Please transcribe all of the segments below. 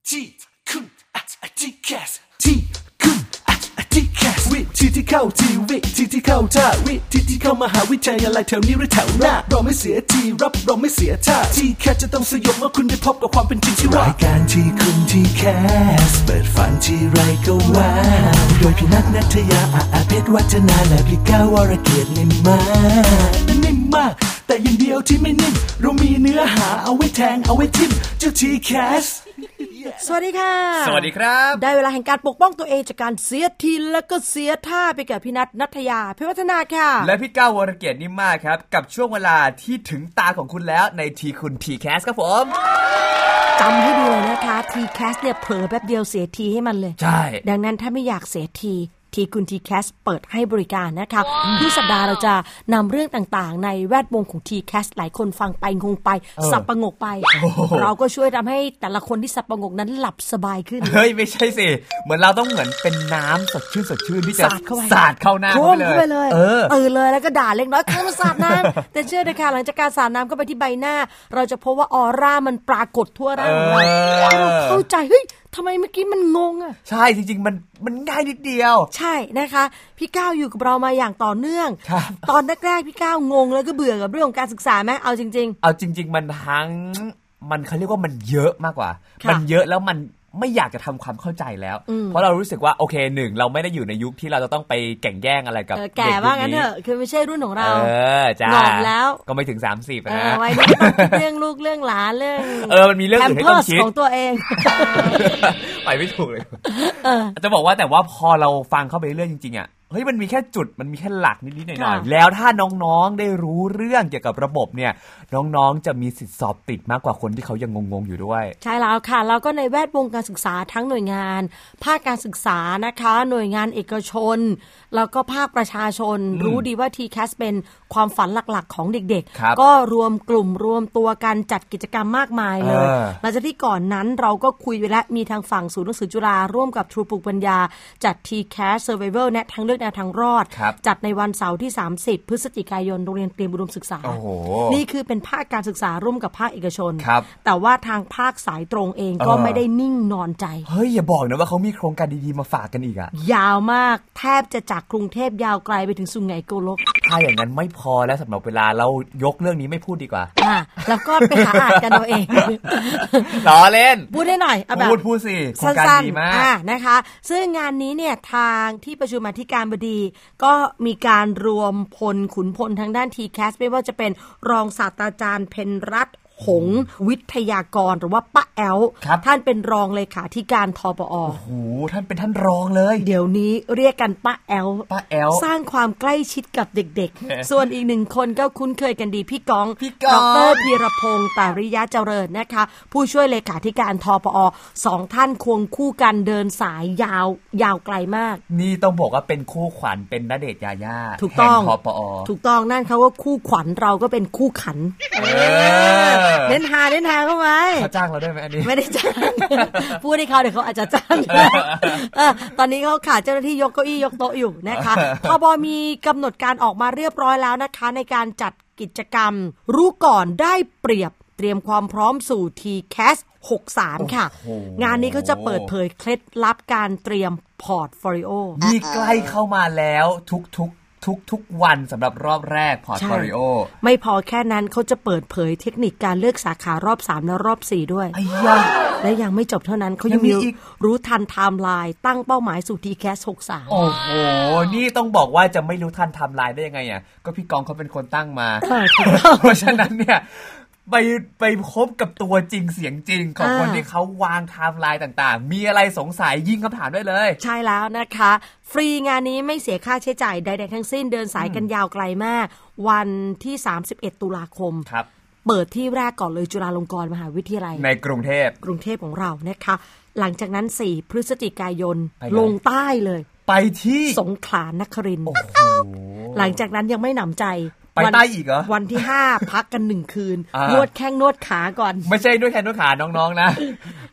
ที่คุณที่แคสที่คุณที่แคสวิธีที่เข้าทีวิธีที่เข้าท่าวิธีที่เข้ามหาวิทยาลัยแถวนี้หรือแถวหน้าเราไม่เสียทีรับเราไม่เสียท่าที่แคสจะต้องสยบเมื่อคุณได้พบกับความเป็นจริงที่ว่ารายการที่คุณที่แคสเปิดฝันที่ไรก็ว่าโดยพี่นัทณัฐยาเพชรวัฒนาและพี่ก้าววรเกียรตินิ่มมากแต่อย่างเดียวที่ไม่นิ่มเรามีเนื้อหาเอาไว้แทงเอาไว้ทิ่มเจ้าทีแคสสวัสดีค่ะสวัสดีครับได้เวลาแห่งการปกป้องตัวเองจากการเสียทีและก็เสียท่าไปกับพี่นัทณัฐยาเพชรวัฒนาค่ะและพี่ก้าววรเกียรตินิ่มมากครับกับช่วงเวลาที่ถึงตาของคุณแล้วในทีคุณทีแคสครับผมจำให้ดีเลยนะคะทีแคสเนี่ยเผลอแป๊บเดียวเสียทีให้มันเลยใช่ดังนั้นถ้าไม่อยากเสียทีคุณทีแคสเปิดให้บริการนะคะทุกสัปดาห์เราจะนำเรื่องต่างๆในแวดวงของทีแคสหลายคนฟังไปงงไปสับประงกไปเราก็ช่วยทำให้แต่ละคนที่สับประงกนั้นหลับสบายขึ้นเฮ้ยไม่ใช่สิเหมือนเราต้องเหมือนเป็นน้ำสดชื่นที่จะสาดเข้าหน้าไปเลยตื่นเลยแล้วก็ด่าเล็กน้อยเข้ามาสาดน้ำแต่เชื่อเลยค่ะหลังจากการสาดน้ำเข้าไปที่ใบหน้าเราจะพบว่าออร่ามันปรากฏทั่วร่างของเราเข้าใจเฮ้ยทำไมเมื่อกี้มันงงอ่ะใช่จริงๆมันง่ายนิดเดียวใช่นะคะพี่ก้าวอยู่กับเรามาอย่างต่อเนื่องตอนแรกๆพี่ก้าวงงแล้วก็เบื่อกับเรื่องของการศึกษาไหมเอาจริงๆมันทั้งมันเขาเรียกว่ามันเยอะมากกว่ามันเยอะแล้วมันไม่อยากจะทำความเข้าใจแล้วเพราะเรารู้สึกว่าโอเคหนึ่งเราไม่ได้อยู่ในยุคที่เราจะต้องไปแข่งแย่งอะไรกับเด็กแก่ว่างั้นเถอะคือไม่ใช่รุ่นของเราจ้าหลอมแล้วก็ไม่ถึง30นะไว้เรื่องลูกเรื่องหลานเรื่องมันมีเรื่องอื่นให้ต้องคิดของตัวเองไปไม่ถูกเลยจะบอกว่าแต่ว่าพอเราฟังเข้าไปเรื่อยจริงๆอ่ะเฮ้ยมันมีแค่จุดมันมีแค่หลักนิดๆหน่อยๆแล้วถ้าน้องๆได้รู้เรื่องเกี่ยวกับระบบเนี่ยน้องๆจะมีสิทธิ์สอบติดมากกว่าคนที่เขายังงงๆอยู่ด้วยใช่แล้วค่ะแล้วก็ในแวดวงการศึกษาทั้งหน่วยงานภาคการศึกษานะคะหน่วยงานเอกชนแล้วก็ภาคประชาชนรู้ดีว่า TCAS เป็นความฝันหลักๆของเด็กๆก็รวมกลุ่มรวมตัวกันจัดกิจกรรมมากมายเลยหลังจากที่ก่อนนั้นเราก็คุยไปแล้วมีทางฝั่งศูนย์หนังสือจุฬาร่วมกับทรูปลูกปัญญาจัด TCAS Survival แนะทางเลือกแนวทางรอดจัดในวันเสาร์ที่30พฤศจิกายนโรงเรียนเตรียมอุดมศึกษานี่คือเป็นภาคการศึกษาร่วมกับภาคเอกชนแต่ว่าทางภาคสายตรงเองก็ไม่ได้นิ่งนอนใจเฮ้ยอย่าบอกนะว่าเขามีโครงการดีๆมาฝากกันอีกอะยาวมากแทบจะจากกรุงเทพยาวไกลไปถึงสุไหงโกลกถ้าอย่างนั้นไม่พอแล้วสำหรับเวลาเรายกเรื่องนี้ไม่พูดดีกว่าแล้วก็ไปหาอ่านกันเอาเองล้อเล่นพูดได้หน่อยเอาแบบพูดสิโครงการดีมากนะคะซึ่งงานนี้เนี่ยทางที่ประชุมอธิการบดีก็มีการรวมพลขุนพลทางด้าน TCAS ไม่ว่าจะเป็นรองศาสตราจารย์เพ็ญรัตน์หงวิทยากรหรือว่าป้าแอลท่านเป็นรองเลขาธิการทปอ. โอ้โหท่านเป็นท่านรองเลยเดี๋ยวนี้เรียกกันป้าแอลสร้างความใกล้ชิดกับเด็กๆ ส่วนอีกหนึ่งคนก็คุ้นเคยกันดีพี่ก้องดร.พีรพงษ์ปาริยะเจริญนะคะผู้ช่วยเลขาธิการทปอ.สองท่านควงคู่กันเดินสายยาวไกลมากนี่ต้องบอกว่าเป็นคู่ขวัญเป็นณเดชน์ยาย่าถูกต้องทปอ. ถูกต้องนั่นเขาว่าคู่ขวัญเราก็เป็นคู่ขันเล่นหาเข้าไว้เขาจ้างเราได้ไหมอันนี้ไม่ได้จ้างพูดให้เขาเดี๋ยวเขาอาจจะจ้างตอนนี้เขาขาดเจ้าหน้าที่ยกเก้าอี้ยกโต๊ะอยู่นะคะทบมีกำหนดการออกมาเรียบร้อยแล้วนะคะในการจัดกิจกรรมรู้ก่อนได้เปรียบเตรียมความพร้อมสู่ TCAS 63ค่ะงานนี้เขาจะเปิดเผยเคล็ดลับการเตรียมพอร์ตโฟลิโอนี่ใกล้เข้ามาแล้วทุกวันสำหรับรอบแรกพอร์ตโฟลิโอไม่พอแค่นั้นเขาจะเปิดเผยเทคนิคการเลือกสาขารอบ3และรอบ4ด้วยและยังไม่จบเท่านั้นเขายังมีรู้ทันไทม์ไลน์ตั้งเป้าหมายสู่ TCAS 63 โอ้โหนี่ต้องบอกว่าจะไม่รู้ทันไทม์ไลน์ได้ยังไงอ่ะก็พี่กองเขาเป็นคนตั้งมาเพราะฉะนั้นเนี่ยไปพบกับตัวจริงเสียงจริงของคนที่เขาวางไทม์ไลน์ต่างๆมีอะไรสงสัยยิงคำถามได้เลยใช่แล้วนะคะฟรีงานนี้ไม่เสียค่าใช้จ่ายใดๆทั้งสิ้นเดินสายกันยาวไกลมากวันที่31ตุลาคมเปิดที่แรกก่อนเลยจุฬาลงกรณ์มหาวิทยาลัยในกรุงเทพของเรานะคะหลังจากนั้น4พฤศจิกายนลงใต้เลยไปที่สงขลานครินทร์หลังจากนั้นยังไม่หนำใจไปใต้อีกเหรอวันที่5พักกัน1คืนนวดแข้งนวดขาก่อนไม่ใช่นวดแข้งนวดขาน้องๆนะ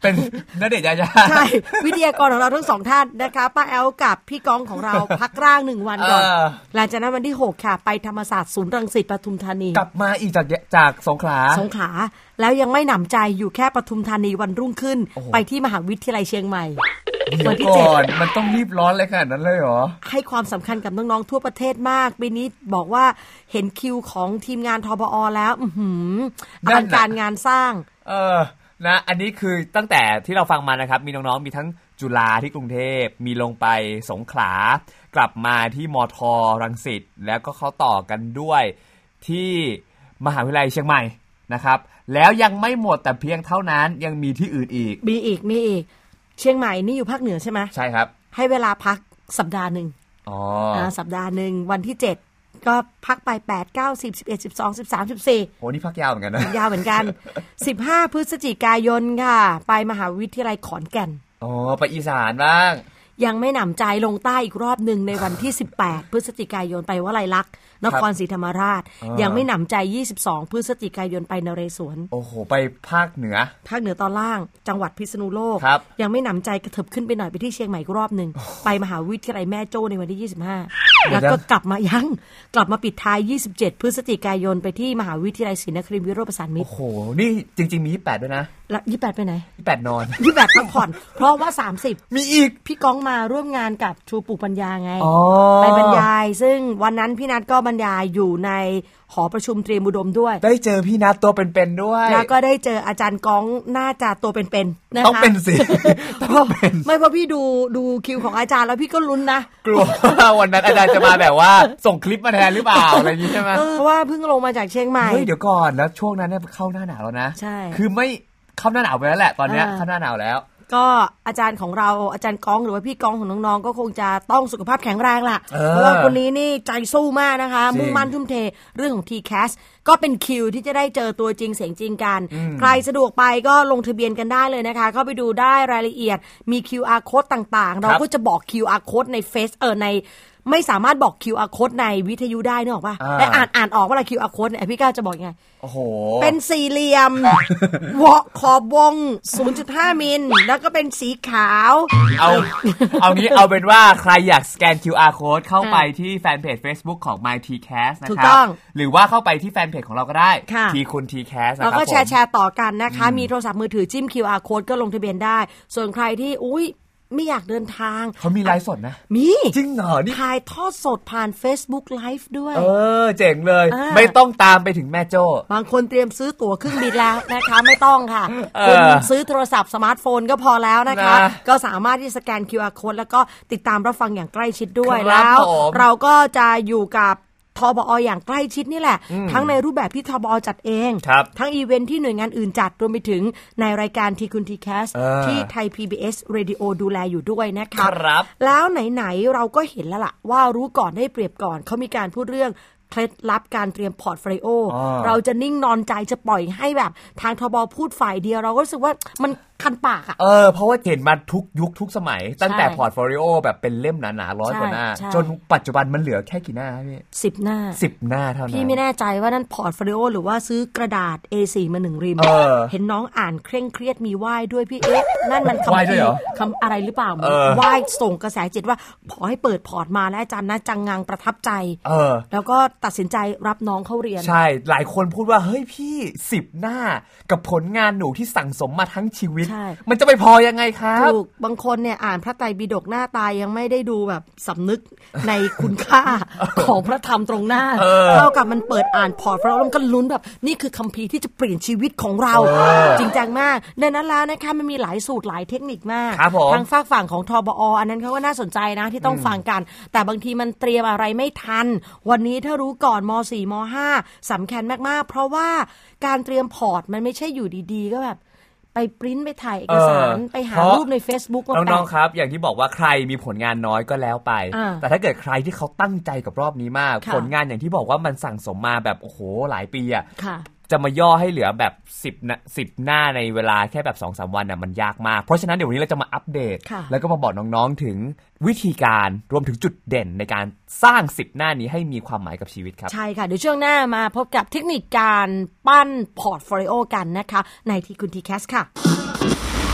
เป็นณเดชน์ยายาใช่วิทยากรของเราทั้ง2ท่านนะคะป้าแอลกับพี่ก้องของเราพักร่าง1วันก่อนหลังจากนั้นวันที่6ค่ะไปธรรมศาสตร์ศูนย์รังสิตปทุมธานีกลับมาอีกจากสงขลาแล้วยังไม่หนำใจอยู่แค่ปทุมธานีวันรุ่งขึ้นไปที่มหาวิทยาลัยเชียงใหม่วันที่7มันต้องรีบร้อนเลยขนาดนั้นเลยเหรอให้ความสำคัญกับน้องๆทั่วประเทศมากปีนี้บอกว่าเห็นคิวของทีมงานทบอแล้วอลังการงานสร้างนะอันนี้คือตั้งแต่ที่เราฟังมานะครับมีน้องๆมีทั้งจุฬาที่กรุงเทพมีลงไปสงขลากลับมาที่มท.รังสิตแล้วก็เขาต่อกันด้วยที่มหาวิทยาลัยเชียงใหม่นะครับแล้วยังไม่หมดแต่เพียงเท่านั้นยังมีที่อื่นอีกมีอีกเชียงใหม่นี่อยู่ภาคเหนือใช่ไหมใช่ครับให้เวลาพักสัปดาห์นึงสัปดาห์นึงวันที่7ก็พักไป8 9 10 11 12 13 14 โหนี่พักยาวเหมือนกันนะยาวเหมือนกัน15พฤศจิกายนค่ะไปมหาวิทยาลัยขอนแก่นไปอีสานบ้างยังไม่หนำใจลงใต้อีกรอบหนึ่งในวันที่18พฤศจิกายนไปวลัยลักษณ์นครศรีธรรมราชยังไม่หนำใจ22พฤศจิกายนไปนเรศวรโอ้โหไปภาคเหนือตอนล่างจังหวัดพิษณุโลกยังไม่หนำใจกระเถิบขึ้นไปหน่อยไปที่เชียงใหม่อีกรอบหนึ่งไปมหาวิทยาลัยแม่โจ้ในวันที่25แล้วก็กลับมาปิดท้าย27พฤศจิกายนไปที่มหาวิทยาลัยศรีนครินทร์วิโรจน์ประสานมิตรโอ้โหนี่จริงๆมี28ด้วยนะแล้ว28ไปไหน 28นอน 28พักผ่อนเพราะว่า30 มีอีกพี่ก้องมาร่วมงานกับชูปู่ปัญญาไงไปบรรยายซึ่งวันนั้นพี่นัทก็บรรยายอยู่ในหอประชุมเตรียมอุดมด้วยได้เจอพี่นัทตัวเป็นๆด้วยแล้วก็ได้เจออาจารย์ก้องน่าจะตัวเป็นๆนะคะต้องเป็นสิต้องเป็นไม่เพราะพี่ดูคิวของอาจารย์แล้วพี่ก็ลุ้นนะกลัววันนั้นอาจารย์จะมาแบบว่าส่งคลิปมาแทนหรือเปล่าอะไรอย่างนี้ใช่ไหมเพราะว่าเพิ่งลงมาจากเชียงใหม่เฮ้ยเดี๋ยวก่อนแล้วช่วงนั้นเนี่ยเข้าหน้าหนาวแล้วนะใช่คือไม่เข้าหน้าหนาวไปแล้วแหละตอนนี้เข้าหน้าหนาวแล้วก็อาจารย์ของเราอาจารย์ก้องหรือว่าพี่ก้องของน้องๆก็คงจะต้องสุขภาพแข็งแรงล่ะเพราะว่าคนนี้นี่ใจสู้มากนะคะมุ่งมั่นทุ่มเทเรื่องของ TCAS ก็เป็นคิวที่จะได้เจอตัวจริงเสียงจริงกันใครสะดวกไปก็ลงทะเบียนกันได้เลยนะคะเข้าไปดูได้รายละเอียดมี QR code ต่างๆเราก็จะบอก QR code ในในไม่สามารถบอก QR code ในวิทยุได้นึกออกป่ะแต่อ่านออกว่าอะไร QR code เนี่ยพี่ก้าวจะบอกยังไงโอ้โหเป็นสี่เหลี่ยมขอบวง 0.5 มิลแล้วก็เป็นสีขาวเอางี้เอาเป็นว่าใครอยากสแกน QR code เข้าไปที่แฟนเพจ Facebook ของ My TCAS นะครับหรือว่าเข้าไปที่แฟนเพจของเราก็ได้ทีคุณ TCAS นะครับแล้วก็แชร์ต่อกันนะคะมีโทรศัพท์มือถือจิ้ม QR code ก็ลงทะเบียนได้ส่วนใครที่ไม่อยากเดินทางเขามีไลฟ์สดนะมีจริงเหรอนี่ถ่ายทอดสดผ่าน Facebook Live ด้วยเจ๋งเลยไม่ต้องตามไปถึงแม่โจ้บางคนเตรียมซื้อตั๋วเครื่องบินแล้วนะคะไม่ต้องค่ะคุณซื้อโทรศัพท์สมาร์ทโฟนก็พอแล้วนะคะก็สามารถที่สแกน QR code แล้วก็ติดตามรับฟังอย่างใกล้ชิดด้วยแล้วเราก็จะอยู่กับทบอ.อย่างใกล้ชิดนี่แหละทั้งในรูปแบบที่ทบอ.จัดเองทั้งอีเวนท์ที่หน่วยงานอื่นจัดรวมไปถึงในรายการทีคุณทีแคสที่ไทย PBS Radio ดูแลอยู่ด้วยนะคะแล้วไหนๆเราก็เห็นแล้วล่ะว่ารู้ก่อนได้เปรียบก่อนเขามีการพูดเรื่องเคล็ดลับการเตรียมพอร์ตโฟลิโอเราจะนิ่งนอนใจจะปล่อยให้แบบทางทบพูดฝ่ายเดียวเราก็รู้สึกว่ามันคันปากอ่ะเพราะว่าเห็นมาทุกยุคทุกสมัยตั้งแต่พอร์ตโฟลิโอแบบเป็นเล่มหนาๆ100 กว่าหน้าจนปัจจุบันมันเหลือแค่กี่หน้าพี่ 10 หน้า 10 หน้าเท่านั้นพี่ไม่แน่ใจว่านั่นพอร์ตโฟลิโอหรือว่าซื้อกระดาษ A4 มา1 ริมเห็นน้องอ่านเคร่งเครียดมีไหว้ด้วยพี่นั่นมันคำอะไรหรือเปล่าไหว้ส่งกระแสจิตว่าขอให้เปิดพอร์ตมาและอาจารย์นะจังงังประทับใจแล้วก็ตัดสินใจรับน้องเข้าเรียนใช่หลายคนพูดว่าเฮ้ยพี่10 หน้ากับผลงานหนูที่สั่งสมมาทั้งชีวิตมันจะไปพอยังไงครับถูกบางคนเนี่ยอ่านพระไตรปิฎกหน้าตายยังไม่ได้ดูแบบสำนึกในคุณค่าของพระธรรมตรงหน้าเท่ากับมันเปิดอ่านพอร์ตเพราะเราก็ลุ้นแบบนี่คือคัมภีร์ที่จะเปลี่ยนชีวิตของเราจริงจังมากดังนั้นแล้วนะคะมันมีหลายสูตรหลายเทคนิคมากทางฝั่งของทบอ.อันนั้นเขาก็น่าสนใจนะที่ต้องฟังกันแต่บางทีมันเตรียมอะไรไม่ทันวันนี้ถ้ารู้ก่อนม.4 ม.5 สำคัญมากๆเพราะว่าการเตรียมพอร์ตมันไม่ใช่อยู่ดีๆก็แบบไปปริ้นไปถ่ายเอกสารไปหารูปใน Facebook มาแปะน้องๆครับอย่างที่บอกว่าใครมีผลงานน้อยก็แล้วไปแต่ถ้าเกิดใครที่เขาตั้งใจกับรอบนี้มากผลงานอย่างที่บอกว่ามันสั่งสมมาแบบโอ้โหหลายปีอ่ะจะมาย่อให้เหลือแบบ10 หน้าในเวลาแค่แบบ 2-3 วันน่ะมันยากมากเพราะฉะนั้นเดี๋ยววันนี้เราจะมาอัปเดตแล้วก็มาบอกน้องๆถึงวิธีการรวมถึงจุดเด่นในการสร้าง10 หน้านี้ให้มีความหมายกับชีวิตครับใช่ค่ะเดี๋ยวช่วงหน้ามาพบกับเทคนิคการปั้นพอร์ตโฟลิโอกันนะคะในทีคุณทีแคสค่ะ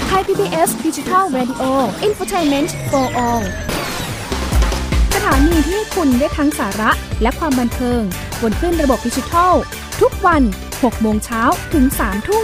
Thai PBS Digital Radio Infotainment for All สถานีที่คุณได้ทั้งสาระและความบันเทิงบนคลื่นระบบดิจิทัลทุกวัน 6 โมงเช้าถึง 3 ทุ่ม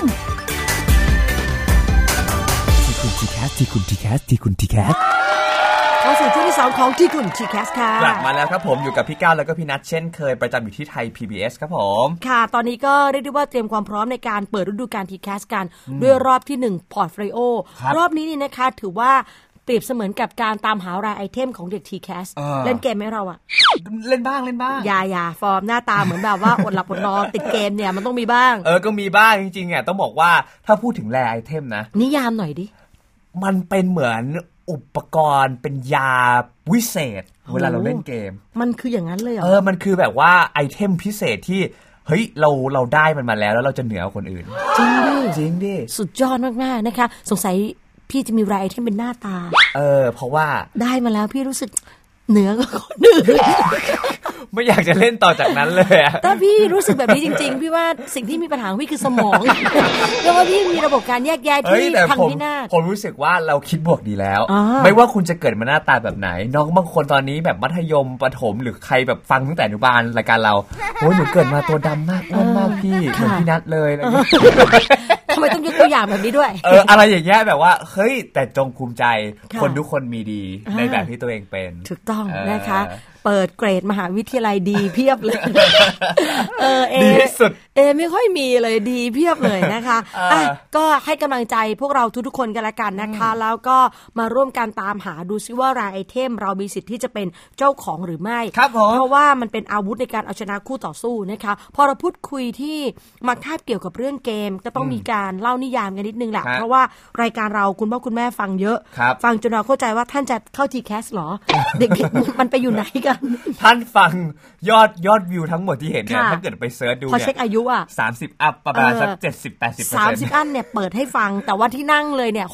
ทีคุณทีแคสเข้าสู่ช่วงที่2ของที่คุณทีแคสค่ะกลับมาแล้วครับผมอยู่กับพี่ก้าวแล้วก็พี่นัทเช่นเคยประจำอยู่ที่ไทย PBS ครับผมค่ะตอนนี้ก็เรียกได้ว่าเตรียมความพร้อมในการเปิดฤดูกาลทีแคสกันด้วยรอบที่1 Portfolio รอบนี้นี่นะคะถือว่าเปรียบเสมือนกับการตามหารายไอเทมของเด็ก TCAS เล่นเกมไหมเราอะเล่นบ้างอย่าฟอร์มหน้าตาเหมือนแบบว่าอดหลับอดนอนติดเกมเนี่ยมันต้องมีบ้างก็มีบ้างจริงๆอ่ะต้องบอกว่าถ้าพูดถึงแรไอเทมนะนิยามหน่อยดิมันเป็นเหมือนอุปกรณ์เป็นยาวิเศษเวลาเราเล่นเกมมันคืออย่างนั้นเลยเหรอมันคือแบบว่าไอเทมพิเศษที่เฮ้ยเราได้มันมาแล้วเราจะเหนือกว่าคนอื่นจริงดิสุดยอดมากๆนะคะสงสัยพี่จะมีรายไอเทมเป็นหน้าตาเพราะว่าได้มาแล้วพี่รู้สึกเหนือกว่าคนอื่นไม่อยากจะเล่นต่อจากนั้นเลยอะถ้าพี่รู้สึกแบบนี้จริงๆพี่ว่าสิ่งที่มีปัญหาของพี่คือสมองเพราะว่าพี่มีระบบการแยกแยะที่พังพินาศผมรู้สึกว่าเราคิดบวกดีแล้วไม่ว่าคุณจะเกิดมาหน้าตาแบบไหนน้องบางคนตอนนี้แบบมัธยมประถมหรือใครแบบฟังตั้งแต่อนุบาลรายการเราโอ้ยหนูเกิดมาตัวดำมากอ้วนมากพี่เหมือนพี่นัทเลยอะไรทำไมต้องยกตัวอย่างแบบนี้ด้วยอะไรอย่างเงี้ยแบบว่าเฮ้ยแต่จงภูมิใจคนทุกคนมีดีในแบบที่ตัวเองเป็นถูกต้องนะคะเปิดเกรดมหาวิทยาลัยดีเพียบเลยดีที่สุดไม่ค่อยมีเลยดีเพียบเลยนะคะก็ให้กำลังใจพวกเราทุกๆคนกันละกันนะคะแล้วก็มาร่วมกันตามหาดูซิว่ารายไอเทมเรามีสิทธิ์ที่จะเป็นเจ้าของหรือไม่เพราะว่ามันเป็นอาวุธในการเอาชนะคู่ต่อสู้นะคะพอเราพูดคุยที่มาคาบเกี่ยวกับเรื่องเกมก็ต้องมีการเล่านิยามกันนิดนึงแหละเพราะว่ารายการเราคุณพ่อคุณแม่ฟังเยอะฟังจนเราเข้าใจว่าท่านจะเข้า TCAS หรอเด็กๆมันไปอยู่ไหนกันท่านฟังยอดวิวทั้งหมดที่เห็นเนี่ยถ้าเกิดไปเซิร์ชดูเนี่ยพอเช็คอายุอ่ะ 30อัพประมาณสัก 70-80% 30อันเนี่ยเปิดให้ฟังแต่ว่าที่นั่งเลยเนี่ย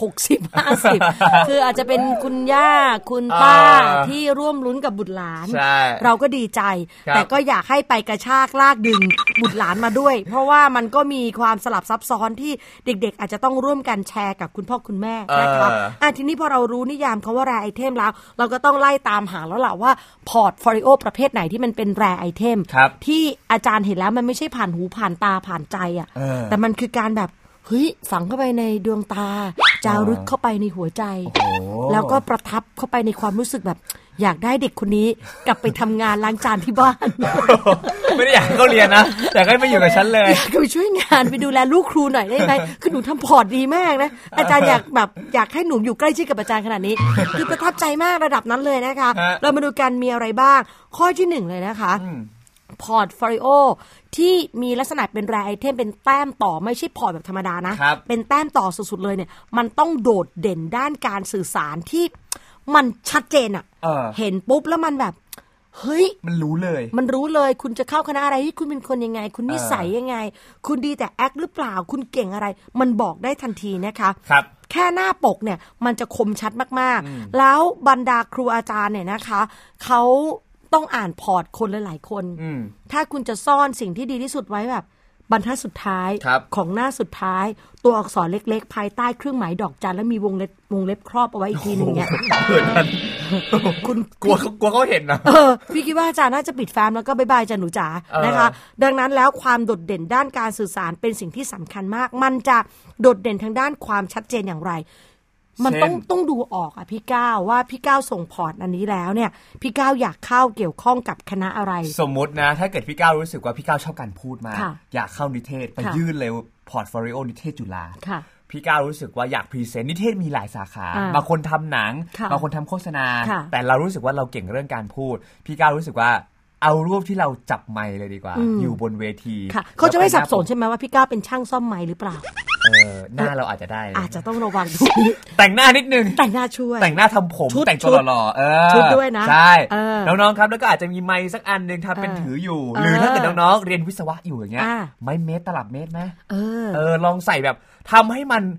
60-50คืออาจจะเป็นคุณย่าคุณป้าที่ร่วมลุ้นกับบุตรหลานเราก็ดีใจแต่ก็อยากให้ไปกระชากลากดึงบุตรหลานมาด้วยเพราะว่ามันก็มีความสลับซับซ้อนที่เด็กๆอาจจะต้องร่วมกันแชร์กับคุณพ่อคุณแม่นะคะทีนี้พอเรารู้นิยามคำว่า rare item แล้วเราก็ต้องไล่ตามหาแล้วล่ะว่าพอร์ตโฟลิโอประเภทไหนที่มันเป็น rare item ที่อาจารย์เห็นแล้วมันไม่ใช่ผ่านหูผ่านตาผ่านใจอ่ะแต่มันคือการแบบเฮ้ยฝังเข้าไปในดวงตาจารึกเข้าไปในหัวใจแล้วก็ประทับเข้าไปในความรู้สึกแบบอยากได้เด็กคนนี้กลับไปทำงานล้างจานที่บ้านไม่ได้อยากให้เขาเรียนนะอยากให้มาอยู่กับฉันเลยอยากไปช่วยงานไปดูแลลูกครูหน่อยได้ไหมคือหนูทำพอร์ตดีมากนะอาจารย์อยากให้หนูอยู่ใกล้ชิดกับอาจารย์ขนาดนี้คือประทับใจมากระดับนั้นเลยนะคะเรามาดูกันมีอะไรบ้างข้อที่1เลยนะคะพอร์ตโฟลิโอที่มีลักษณะเป็นแรร์ไอเทมเป็นแต้มต่อไม่ใช่พอร์ตแบบธรรมดานะเป็นแต้มต่อสุดๆเลยเนี่ยมันต้องโดดเด่นด้านการสื่อสารที่มันชัดเจนอ่ะเห็นปุ๊บแล้วมันแบบเฮ้ยมันรู้เลยคุณจะเข้าคณะอะไรคุณเป็นคนยังไงคุณนิสัยยังไงคุณดีแต่แอคหรือเปล่าคุณเก่งอะไรมันบอกได้ทันทีนะคะแค่หน้าปกเนี่ยมันจะคมชัดมากๆแล้วบรรดาครูอาจารย์เนี่ยนะคะเขาต้องอ่านพอร์ตคนหลายๆคนถ้าคุณจะซ่อนสิ่งที่ดีที่สุดไว้แบบบรรทัดสุดท้ายของหน้าสุดท้ายตัวอักษรเล็กๆภายใต้เครื่องหมายดอกจันแล้วมีวงเล็บครอบเอาไว้อีกทีนึงเนี่ยคุณกลัวเขาเห็นนะพี่คิดว่าอาจารย์น่าจะปิดแฟ้มแล้วก็บ๊ายบายจ้ะหนูจ๋านะคะดังนั้นแล้วความโดดเด่นด้านการสื่อสารเป็นสิ่งที่สำคัญมากมันจะโดดเด่นทางด้านความชัดเจนอย่างไรมันต้องดูออกอ่ะพี่ก้าวว่าพี่ก้าวส่งพอร์ตอันนี้แล้วเนี่ยพี่ก้าวอยากเข้าเกี่ยวข้องกับคณะอะไรสมมุตินะถ้าเกิดพี่ก้าวรู้สึกว่าพี่ก้าวชอบการพูดมาอยากเข้านิเทศไปยื่นเลยพอร์ตโฟลิโอนิเทศจุฬาพี่ก้าวรู้สึกว่าอยากพรีเซนต์นิเทศมีหลายสาขาบางคนทำหนังบางคนทำโฆษณาแต่เรารู้สึกว่าเราเก่งเรื่องการพูดพี่ก้าวรู้สึกว่าเอารูปที่เราจับไมค์เลยดีกว่าอยู่บนเวทีเขาจะไม่สับสนใช่ไหมว่าพี่ก้าวเป็นช่างซ่อมไมค์หรือเปล่าหน้าเราอาจจะได้อาจจะต้องระวังแต่งหน้านิดนึงแต่งหน้าช่วยแต่งหน้าทำผมแต่งตัวหล่อชุดด้วยนะใช่น้องๆครับแล้วก็อาจจะมีไมค์สักอันนึงทำเป็นถืออยู่หรือถ้าเกิดน้องๆเรียนวิศวะอยู่อย่างเงี้ยไม้เมตรตลับเมตรไหมลองใส่แบบทำให้มัน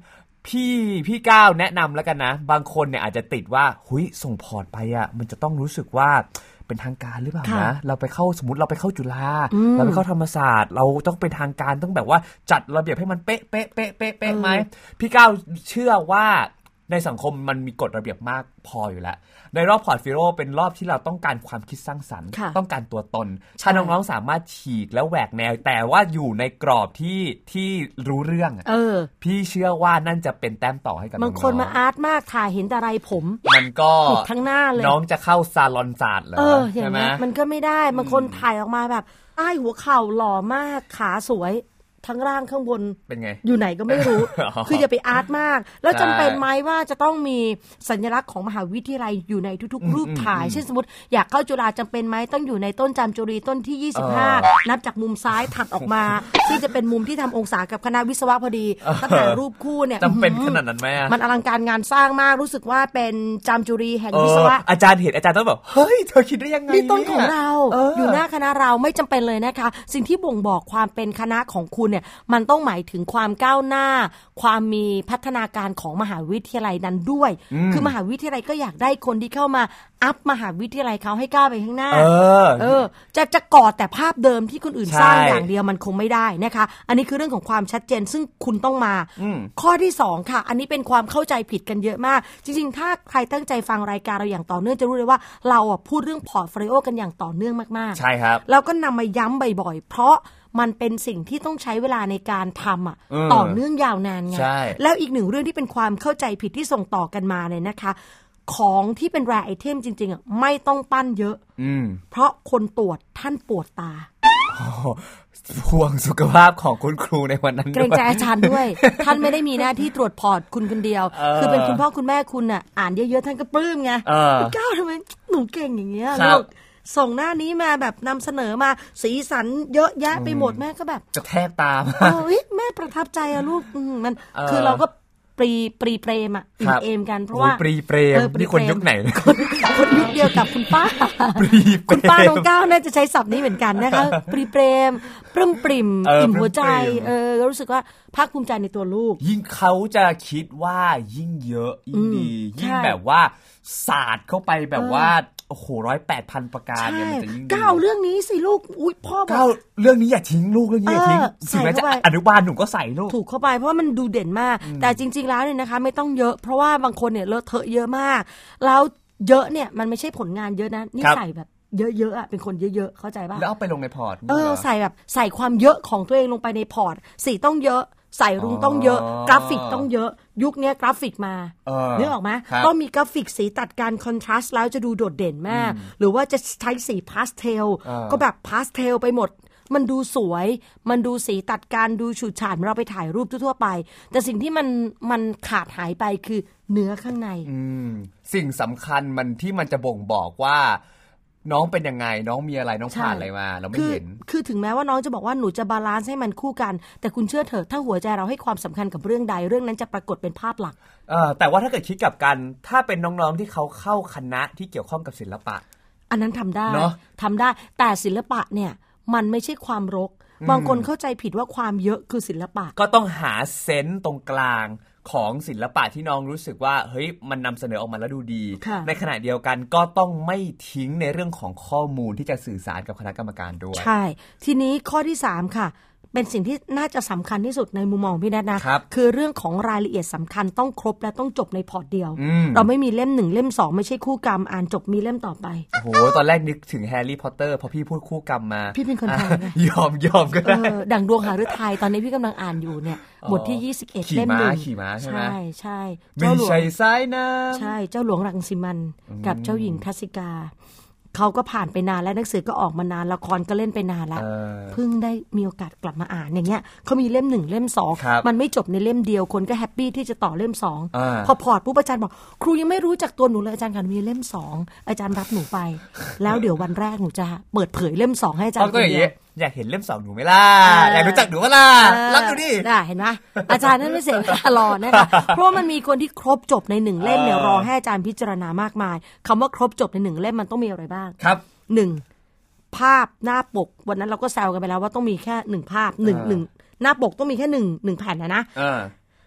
พี่ก้าวแนะนำแล้วกันนะบางคนเนี่ยอาจจะติดว่าหุยส่งพอร์ตไปอ่ะมันจะต้องรู้สึกว่าเป็นทางการหรือเปล่านะเราไปเข้าสมมติเราไปเข้าจุฬาเราไปเข้าธรรมศาสตร์เราต้องเป็นทางการต้องแบบว่าจัดระเบียบให้มันเป๊ะเป๊ะเป๊ะเป๊ะเป๊ะไหมพี่ก้าวเชื่อว่าในสังคมมันมีกฎระเบียบมากพออยู่แล้วในรอบพอร์ตโฟลิโอเป็นรอบที่เราต้องการความคิดสร้างสรรค์ต้องการตัวตนถ้าน้องๆสามารถฉีกแล้วแหวกแนวแต่ว่าอยู่ในกรอบที่รู้เรื่องพี่เชื่อว่านั่นจะเป็นแต้มต่อให้กับน้องๆบางคนมาอาร์ตมากถ่ายเห็นแต่ไรผมมันก็ทั้งหน้าเลยน้องจะเข้าซาลอนศาสตร์เหรอใช่ไหมมันก็ไม่ได้บางคนถ่ายออกมาแบบใต้หัวเข่าหล่อมากขาสวยทั้งร่างข้างบนเป็นไงอยู่ไหนก็ไม่รู้ คืออย่าไปอาร์ตมากแล้วจำเป็นไหมว่าจะต้องมีสัญลักษณ์ของมหาวิทยาลัยอยู่ในทุกๆรูปถ่ายเช่นสมมติอยากเข้าจุฬาจำเป็นไหมต้องอยู่ในต้นจามจุรีต้นที่25นับจากมุมซ้ายถัดออกมาที่จะเป็นมุมที่ทำองศากับคณะวิศวะพอดีถ้าถ่ายรูปคู่เนี่ยจำเป็นขนาดนั้นไหมมันอลังการงานสร้างมากรู้สึกว่าเป็นจามจุรีแห่งวิศวะอาจารย์เห็นอาจารย์ต้องแบบเฮ้ยเธอคิดได้ยังไงนี่ต้นของเราอยู่หน้าคณะเราไม่จำเป็นเลยนะคะสิ่งที่บ่งบอกความเป็นคณะของคุณเนี่ยมันต้องหมายถึงความก้าวหน้าความมีพัฒนาการของมหาวิทยาลัยนั้นด้วยคือมหาวิทยาลัยก็อยากได้คนที่เข้ามาอัพมหาวิทยาลัยเขาให้ก้าวไปข้างหน้าจะกอดแต่ภาพเดิมที่คนอื่นสร้างอย่างเดียวมันคงไม่ได้นะคะอันนี้คือเรื่องของความชัดเจนซึ่งคุณต้องมาข้อที่2ค่ะอันนี้เป็นความเข้าใจผิดกันเยอะมากจริงๆถ้าใครตั้งใจฟังรายการเราอย่างต่อเนื่องจะรู้เลยว่าเราพูดเรื่องพอร์ตโฟลิโอกันอย่างต่อเนื่องมากๆใช่ครับแล้วก็นำมาย้ำบ่อยๆเพราะมันเป็นสิ่งที่ต้องใช้เวลาในการทำต่อเนื่องยาวนานไงแล้วอีกหนึ่งเรื่องที่เป็นความเข้าใจผิดที่ส่งต่อกันมาเนี่ยนะคะของที่เป็น rare item จริงๆไม่ต้องปั้นเยอะเพราะคนตรวจท่านปวดตาห่วงสุขภาพของคุณครูในวันนั้นด้วยเกรงใจอาจารย์ด้วย ท่านไม่ได้มีหน้าที่ตรวจพอร์ตคุณคนเดียวคือเป็นคุณพ่อคุณแม่คุณน่ะอ่านเยอะๆท่านก็ปลื้มไงก้าวทำไมหนูเก่งอย่างเงี้ยลูกส่งหน้านี้มาแบบนำเสนอมาสีสันเยอะแยะไปหมดแม่ก็แบบจะแทกตามแม่ประทับใจอะลูกมันคือเราก็ปรีเปรมอะอิ่มเอมกันเพราะว่าปรีเปรมนี่คนยุคไหนคนยุคเดียวกับคุณป้าคุณป้าน้องก้าวน่าจะใช้ศัพท์นี้เหมือนกันนะคะปรีเปรมปลื้มปริ่มอิ่มหัวใจรู้สึกว่าภาคภูมิใจในตัวลูกยิ่งเขาจะคิดว่ายิ่งเยอะยิ่งดียิ่งแบบว่าศาสตร์เข้าไปแบบว่าโอ้โห108,000 ประการเนี่ยมันจะยิ่งก้าวเรื่องนี้สิลูกอุ้ยพ่อก้าวเรื่องนี้อย่าทิ้งลูกเรื่องนี้อย่าทิ้งถึงแม้จะอนุบาลหนูก็ใส่ลูกถูกเข้าไปเพราะมันดูเด่นมากแต่จริงๆแล้วเนี่ยนะคะไม่ต้องเยอะเพราะว่าบางคนเนี่ยเลอะเทอะเยอะมากแล้วเยอะเนี่ยมันไม่ใช่ผลงานเยอะนะนี่ใส่แบบเยอะๆอ่ะเป็นคนเยอะๆเข้าใจป่ะแล้วเอาไปลงในพอร์ตใส่แบบใส่ความเยอะของตัวเองลงไปในพอร์ตสีต้องเยอะใส่รุ้งต้องเยอะกราฟิกต้องเยอะยุคนี้กราฟิกมานึกออกไหมต้องมีกราฟิกสีตัดการคอนทราสต์แล้วจะดูโดดเด่นมากหรือว่าจะใช้สีพาสเทลก็แบบพาสเทลไปหมดมันดูสวยมันดูสีตัดการดูฉูดฉาดเราไปถ่ายรูปทั่วไปแต่สิ่งที่มันขาดหายไปคือเนื้อข้างในสิ่งสำคัญมันที่มันจะบ่งบอกว่าน้องเป็นยังไงน้องมีอะไรน้องผ่านอะไรมาเราไม่เห็นคือถึงแม้ว่าน้องจะบอกว่าหนูจะบาลานซ์ให้มันคู่กันแต่คุณเชื่อเถอะถ้าหัวใจเราให้ความสำคัญกับเรื่องใดเรื่องนั้นจะปรากฏเป็นภาพหลักแต่ว่าถ้าเกิดคิดกับกันถ้าเป็นน้องๆที่เขาเข้าคณะที่เกี่ยวข้องกับศิลปะอันนั้นทำได้ทำได้แต่ศิลปะเนี่ยมันไม่ใช่ความรกบางคนเข้าใจผิดว่าความเยอะคือศิลปะก็ต้องหาเซนส์ตรงกลางของศิลปะที่น้องรู้สึกว่าเฮ้ยมันนำเสนอออกมาแล้วดูดีในขณะเดียวกันก็ต้องไม่ทิ้งในเรื่องของข้อมูลที่จะสื่อสารกับคณะกรรมการด้วยใช่ทีนี้ข้อที่3ค่ะเป็นสิ่งที่น่าจะสำคัญที่สุดในมุมมองพี่แนทนะ คือเรื่องของรายละเอียดสำคัญต้องครบและต้องจบในพอร์ตเดียวเราไม่มีเล่ม1เล่ม2ไม่ใช่คู่กรรมอ่านจบมีเล่มต่อไปโอ้โหตอนแรกนึกถึงแฮร์รี่พอตเตอร์พอพี่พูดคู่กรรมมาพี่เป็นคนไทยยอมก็ได้ดั่งดวงหฤทัยตอนนี้พี่กำลังอ่านอยู่เนี่ยบทที่21เล่ม1 ขี่ม้าใช่ไหมใช่เจ้าหลวงสายน้ำใช่เจ้าหลวงรังสิมันกับเจ้าหญิงทัศิกาเขาก็ผ่านไปนานแล้วหนังสือก็ออกมานานละครก็เล่นไปนานแล้วเพิ่งได้มีโอกาสกลับมาอ่านอย่างเงี้ยเขามีเล่ม1เล่ม2มันไม่จบในเล่มเดียวคนก็แฮปปี้ที่จะต่อเล่ม2พอพอร์ตปุ๊บอาจารย์บอกครูยังไม่รู้จักตัวหนูเลยอาจารย์ค่ะมีเล่ม2อาจารย์รับหนูไปแล้วเดี๋ยววันแรกหนูจะเปิดเผยเล่ม2ให้อาจารย์คนเดียวอยากเห็นเล่ม2หนูไหมล่ะอยากรู้จักหนูมั้ยล่ะรับดูดิได้เห็นไหมอาจารย์นั่นไม่เสียเวลารอนะคะเพราะมันมีคนที่ครบจบใน1เล่มเนี่ยรอให้อาจารย์พิจารณามากมายคำว่าครบจบใน1เล่มมันต้องมีอะไรบ้างครับ 1ภาพหน้าปกวันนั้นเราก็แซวกันไปแล้วว่าต้องมีแค่1ภาพ1หน้าปกต้องมีแค่1แผ่นนะ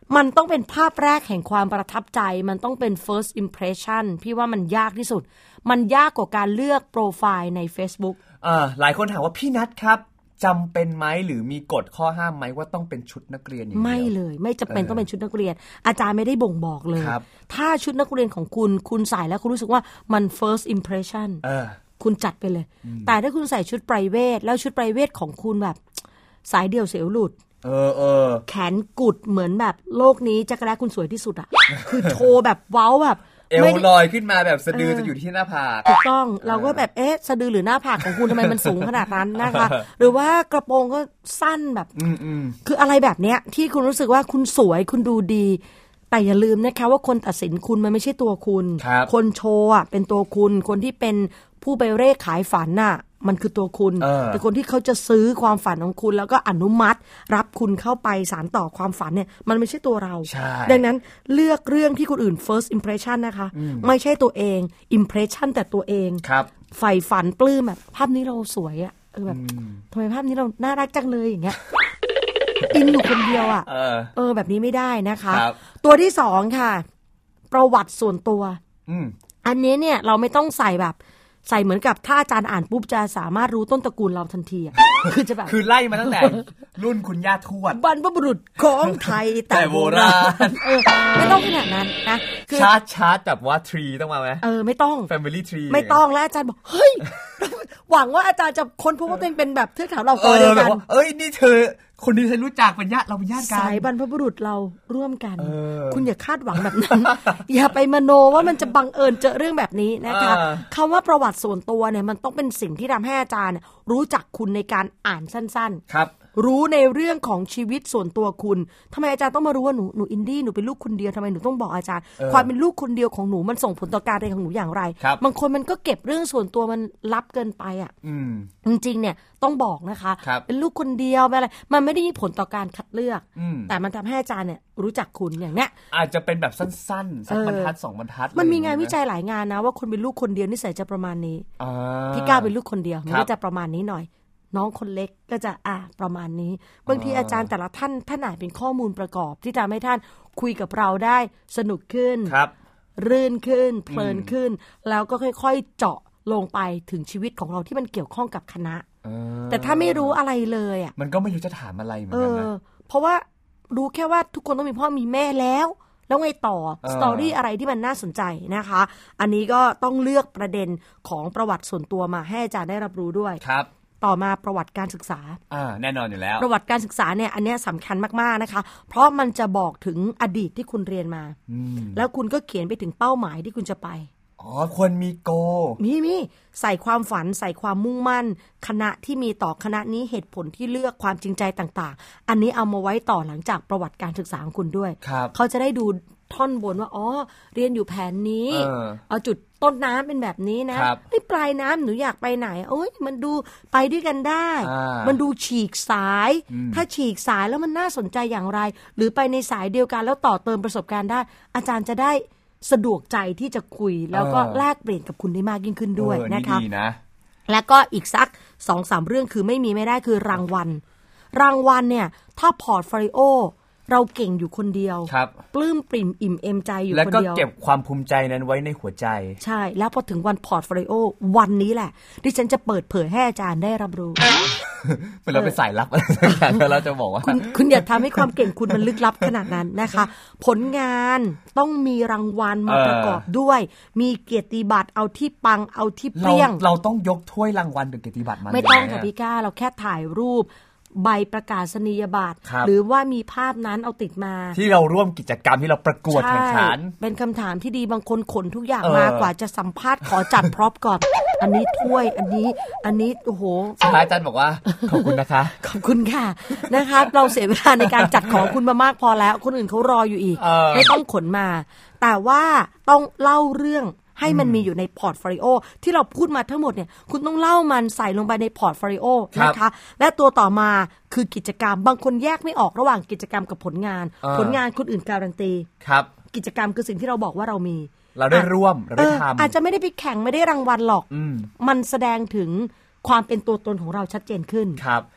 มันต้องเป็นภาพแรกแห่งความประทับใจมันต้องเป็น first impression พี่ว่ามันยากที่สุดมันยากกว่าการเลือกโปรไฟล์ใน Facebook หลายคนถามว่าพี่นัทครับจำเป็นไหมหรือมีกฎข้อห้ามไหมว่าต้องเป็นชุดนักเรียนอย่างเดียวไม่เลยไม่จำเป็นต้องเป็นชุดนักเรียนอาจารย์ไม่ได้บ่งบอกเลยถ้าชุดนักเรียนของคุณใส่แล้วคุณรู้สึกว่ามัน first impression คุณจัดไปเลยแต่ถ้าคุณใส่ชุด private แล้วชุด private ของคุณแบบสายเดี่ยวเสียวหลุดแขนกุดเหมือนแบบโลกนี้จักรแร้คุณสวยที่สุดอ่ะ คือโชว์แบบเว้าแบบเอวลอยขึ้นมาแบบสะดือจะอยู่ที่หน้าผากถูกต้องเราก็แบบสะดือหรือหน้าผากของคุณทำไมมันสูงขนาดนั้นนะคะหรือว่ากระโปรงก็สั้นแบบคืออะไรแบบเนี้ยที่คุณรู้สึกว่าคุณสวยคุณดูดีแต่อย่าลืมนะคะว่าคนตัดสินคุณมันไม่ใช่ตัวคุณคนโชว์อ่ะเป็นตัวคุณคนที่เป็นผู้ไปเร่ขายฝันน่ะมันคือตัวคุณแต่คนที่เขาจะซื้อความฝันของคุณแล้วก็อนุมัติรับคุณเข้าไปสานต่อความฝันเนี่ยมันไม่ใช่ตัวเราดังนั้นเลือกเรื่องที่คนอื่น first impression นะคะไม่ใช่ตัวเอง impression แต่ตัวเองใฝ่ฝันปลื้มแบบภาพนี้เราสวยอ่ะแบบทำไมภาพนี้เราน่ารักจังเลยอย่างเงี้ยอินอยู่คนเดียวอ่ะแบบนี้ไม่ได้นะคะตัวที่สองค่ะประวัติส่วนตัวอันนี้เนี่ยเราไม่ต้องใส่แบบใส่เหมือนกับถ้าอาจารย์อ่านปุ๊บจะสามารถรู้ต้นตระกูลเราทันทีคือจะแบบคือไล่มาตั้งแต่รุ่นคุณย่าทวดบรรพบุรุษของไทยแต่โบราณไม่ต้องขนาดนั้นนะคือชาร์ตแบบว่า tree ต้องมาไหมไม่ต้อง family tree ไม่ต้องแล้วอาจารย์บอกเฮ้ยหวังว่าอาจารย์จะค้นพบว่าตัวเองเป็นแบบเทือกเขาเราเดียวกันนี่เธอคนนี้ฉันรู้จักเป็นญาติเราเป็นญาติกันสายบรรพบุรุษเราร่วมกันคุณอย่าคาดหวังแบบนั้น อย่าไปมโนว่ามันจะบังเอิญเจอเรื่องแบบนี้นะคะคำว่าประวัติส่วนตัวเนี่ยมันต้องเป็นสิ่งที่ทำให้อาจารย์รู้จักคุณในการอ่านสั้นๆครับรู้ในเรื่องของชีวิตส่วนตัวคุณทำไมอาจารย์ต้องมารู้ว่าหนูอินดี้หนูเป็นลูกคนเดียวทำไมหนูต้องบอกอาจารย์ความเป็นลูกคนเดียวของหนูมันส่งผลต่อการเรียนของหนูอย่างไรบางคนมันก็เก็บเรื่องส่วนตัวมันลับเกินไปอ่ะจริงๆเนี่ยต้องบอกนะคะเป็นลูกคนเดียวอะไรมันไม่ได้มีผลต่อการคัดเลือกแต่มันทำให้อาจารย์เนี่ยรู้จักคุณอย่างเนี้ยอาจจะเป็นแบบสั้นๆสักบรรทัด2บรรทัดมันมีงานวิจัยหลายงานนะว่าคนเป็นลูกคนเดียวนิสัยจะประมาณนี้พี่ก้าวเป็นลูกคนเดียวมันก็จะประมาณนี้หน่อยน้องคนเล็กก็จะประมาณนี้บางทีอาจารย์แต่ละท่านอ่านเป็นข้อมูลประกอบที่ทำให้ท่านคุยกับเราได้สนุกขึ้นรื่นขึ้นเพลินขึ้นแล้วก็ค่อยๆเจาะลงไปถึงชีวิตของเราที่มันเกี่ยวข้องกับคณะแต่ถ้าไม่รู้อะไรเลยมันก็ไม่รู้จะถามอะไรเหมือนกันนะเพราะว่ารู้แค่ว่าทุกคนต้องมีพ่อมีแม่แล้วไงต่อสตอรี่อะไรที่มันน่าสนใจนะคะอันนี้ก็ต้องเลือกประเด็นของประวัติส่วนตัวมาให้อาจารย์ได้รับรู้ด้วยครับต่อมาประวัติการศึกษาแน่นอนอยู่แล้วประวัติการศึกษาเนี่ยอันนี้สำคัญมากๆนะคะเพราะมันจะบอกถึงอดีตที่คุณเรียนมาแล้วคุณก็เขียนไปถึงเป้าหมายที่คุณจะไปควรมีโกมีใส่ความฝันใส่ความมุ่งมั่นคณะที่มีต่อคณะนี้เหตุผลที่เลือกความจริงใจต่างๆอันนี้เอามาไว้ต่อหลังจากประวัติการศึกษาของคุณด้วยเขาจะได้ดูท่อนบนว่าเรียนอยู่แผนนี้เอาจุดต้นน้ำเป็นแบบนี้นะปลายน้ำหนูอยากไปไหนมันดูไปด้วยกันได้มันดูฉีกสายถ้าฉีกสายแล้วมันน่าสนใจอย่างไรหรือไปในสายเดียวกันแล้วต่อเติมประสบการณ์ได้อาจารย์จะได้สะดวกใจที่จะคุยแล้วก็แลกเปลี่ยนกับคุณได้มากยิ่งขึ้นด้วยนะคะแล้วก็อีกสัก 2-3 เรื่องคือไม่มีไม่ได้คือรางวัลเนี่ยถ้าพอร์ตโฟลิโอเราเก่งอยู่คนเดียวปลื้มปริ่มอิ่มเอมใจอยู่คนเดียวแล้วก็เก็บความภูมิใจนั้นไว้ในหัวใจใช่แล้วพอถึงวันพอร์ตโฟลิโอวันนี้แหละดิฉันจะเปิดเผยให้อาจารย์ได้รับรู้เป็นเราไปสายลับอะไรสักอย่างแล้วเราจะบอกว่าคุณอย่าทำให้ความเก่งคุณมันลึกลับขนาดนั้นนะคะผลงานต้องมีรางวัลมาประกอบด้วยมีเกียรติบัตรเอาที่ปังเอาที่เปรี้ยงเราต้องยกถ้วยรางวัลหรือเกียรติบัตรมาไม่ต้องค่ะพี่ก้าเราแค่ถ่ายรูปใบประกาศนียบัตรหรือว่ามีภาพนั้นเอาติดมาที่เราร่วมกิจกรรมที่เราประกวดแข่งขันเป็นคำถามที่ดีบางคนขนทุกอย่างมากว่าจะสัมภาษณ์ขอจัดพร็อพก่อนอันนี้ถ้วยอันนี้โอ้โหสุดท้ายอาจารย์บอกว่าขอบคุณนะคะขอบคุณค่ะนะคะเราเสียเวลาในการจัดของคุณมามากพอแล้วคนอื่นเขารออยู่อีกไม่ต้องขนมาแต่ว่าต้องเล่าเรื่องให้มันมีอยู่ในพอร์ตโฟลิโอที่เราพูดมาทั้งหมดเนี่ยคุณต้องเล่ามันใส่ลงไปในพอร์ตโฟลิโอนะคะและตัวต่อมาคือกิจกรรมบางคนแยกไม่ออกระหว่างกิจกรรมกับผลงานคนอื่นการันตีกิจกรรมคือสิ่งที่เราบอกว่าเรามีเราได้ร่วมเราได้ทำอาจจะไม่ได้ไปแข่งไม่ได้รางวัลหรอกมันแสดงถึงความเป็นตัวตนของเราชัดเจนขึ้นครับ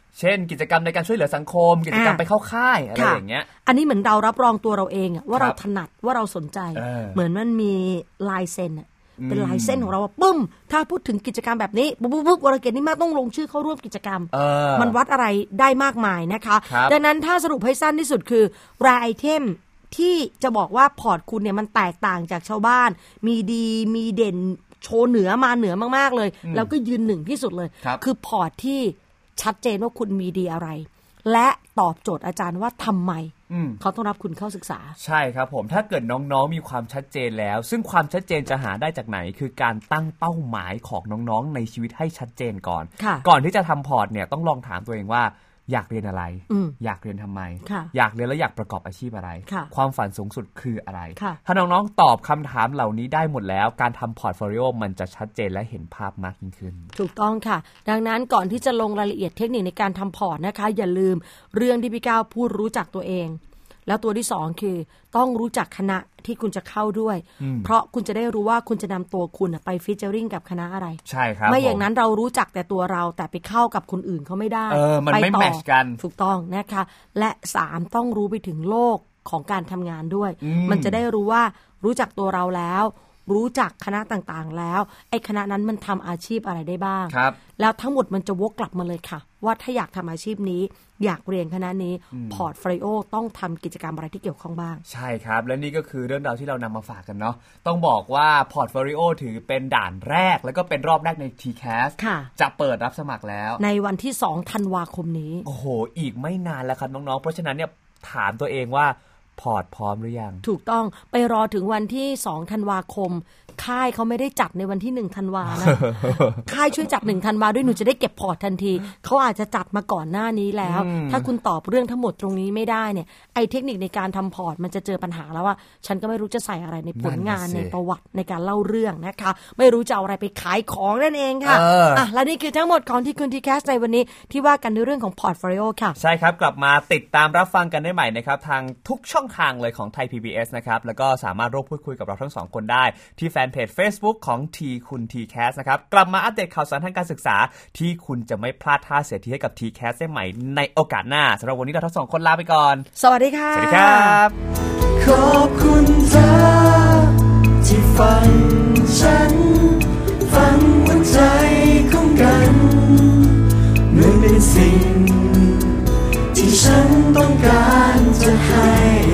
เช่นกิจกรรมในการช่วยเหลือสังคมกิจกรรมไปเข้าค่ายอะไรอย่างเงี้ยอันนี้เหมือนเรารับรองตัวเราเองว่าเราถนัดว่าเราสนใจเหมือนมันมีลายเซ็นเป็นลายเส้นของเราว่าปึ้มถ้าพูดถึงกิจกรรมแบบนี้ปุ๊บวรเกตนี่มากต้องลงชื่อเข้าร่วมกิจกรรมมันวัดอะไรได้มากมายนะคะดังนั้นถ้าสรุปให้สั้นที่สุดคือรายไอเทมที่จะบอกว่าพอร์ตคุณเนี่ยมันแตกต่างจากชาวบ้านมีดีมีเด่นโชว์เหนือมาเหนือมากๆเลยแล้วก็ยืนหนึ่งที่สุดเลยคือพอร์ตที่ชัดเจนว่าคุณมีดีอะไรและตอบโจทย์อาจารย์ว่าทำไมเขาต้องรับคุณเข้าศึกษาใช่ครับผมถ้าเกิดน้องๆมีความชัดเจนแล้วซึ่งความชัดเจนจะหาได้จากไหนคือการตั้งเป้าหมายของน้องๆในชีวิตให้ชัดเจนก่อนที่จะทำพอร์ตเนี่ยต้องลองถามตัวเองว่าอยากเรียนอะไรอยากเรียนทำไมอยากเรียนแล้วอยากประกอบอาชีพอะไรความฝันสูงสุดคืออะไรถ้าน้องๆตอบคำถามเหล่านี้ได้หมดแล้วการทำพอร์ตโฟลิโอมันจะชัดเจนและเห็นภาพมากยิ่งขึ้นถูกต้องค่ะดังนั้นก่อนที่จะลงรายละเอียดเทคนิคในการทำพอร์ตนะคะอย่าลืมเรื่องที่พี่ก้าวพูดรู้จักตัวเองแล้วตัวที่2คือต้องรู้จักคณะที่คุณจะเข้าด้วยเพราะคุณจะได้รู้ว่าคุณจะนำตัวคุณไปฟีเจอริ่งกับคณะอะไรใช่ครับไม่อย่างนั้นเรารู้จักแต่ตัวเราแต่ไปเข้ากับคนอื่นเขาไม่ได้มันไม่แมทช์กันถูกต้องนะคะและ3ต้องรู้ไปถึงโลกของการทำงานด้วยมันจะได้รู้ว่ารู้จักตัวเราแล้วรู้จักคณะต่างๆแล้วไอ้คณะนั้นมันทำอาชีพอะไรได้บ้างแล้วทั้งหมดมันจะวกกลับมาเลยค่ะว่าถ้าอยากทำอาชีพนี้อยากเรียนคณะนี้พอร์ตโฟลิโอต้องทำกิจกรรมอะไรที่เกี่ยวข้องบ้างใช่ครับและนี่ก็คือเรื่องราวที่เรานำมาฝากกันเนาะต้องบอกว่าพอร์ตโฟลิโอถือเป็นด่านแรกแล้วก็เป็นรอบแรกใน TCAS จะเปิดรับสมัครแล้วในวันที่2ธันวาคมนี้โอ้โหอีกไม่นานแล้วครับน้องๆเพราะฉะนั้นเนี่ยถามตัวเองว่าพอร์ตพร้อมหรือยังถูกต้องไปรอถึงวันที่2ธันวาคมค่ายเขาไม่ได้จัดในวันที่1ธันวานะ ค่ายช่วยจัด1ธันวาด้วยหนูจะได้เก็บพอร์ตทันทีเขาอาจจะจัดมาก่อนหน้านี้แล้วถ้าคุณตอบเรื่องทั้งหมดตรงนี้ไม่ได้เนี่ยไอ้เทคนิคในการทำพอร์ตมันจะเจอปัญหาแล้วว่าฉันก็ไม่รู้จะใส่อะไรในผลงานในประวัติในการเล่าเรื่องนะคะไม่รู้จะเอาอะไรไปขายของนั่นเองค่ะและนี่คือทั้งหมดของที่คุณ TCAS ในวันนี้ที่ว่ากันในเรื่องของพอร์ตโฟลิโอค่ะใช่ครับกลับมาติดตามรับฟังกันได้ใหม่นะครับทางทุกช่องทางเลยของไทย PBS นะครับแล้วก็สามารถร่วมพูดคุยกับเราทั้ง2คนได้ที่แฟนเพจ Facebook ของทีคุณ TCAS นะครับกลับมาอัปเดตข่าวสารทางการศึกษาที่คุณจะไม่พลาดท่าเสียทีให้กับ TCAS ได้ใหม่ในโอกาสหน้าสำหรับวันนี้เราทั้ง2คนลาไปก่อนสวัสดีค่ะสวัสดีครับขอบคุณเธอที่ฟังฉันฟังหัวใจของกันเหมือนเป็นสิ่งที่ฉันต้องการจะให้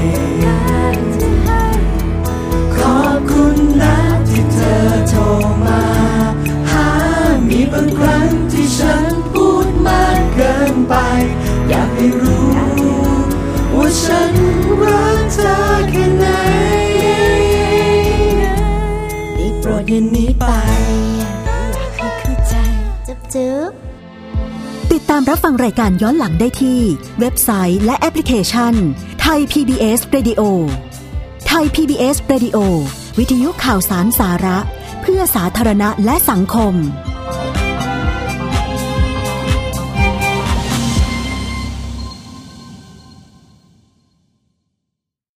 ขอบคุณนะที่เธอโทรมาหามีบางครั้งที่ฉันพูดมากเกินไปอยากให้รู้ว่าฉันรักเธอแค่ไหนได้โปรดอย่าหนีไปอยากให้เข้าใจจุ๊บติดตามรับฟังรายการย้อนหลังได้ที่เว็บไซต์และแอปพลิเคชัน Thai PBS Radio Thai PBS Radio วิทยุข่าวสารสาระเพื่อสาธารณะและสังคม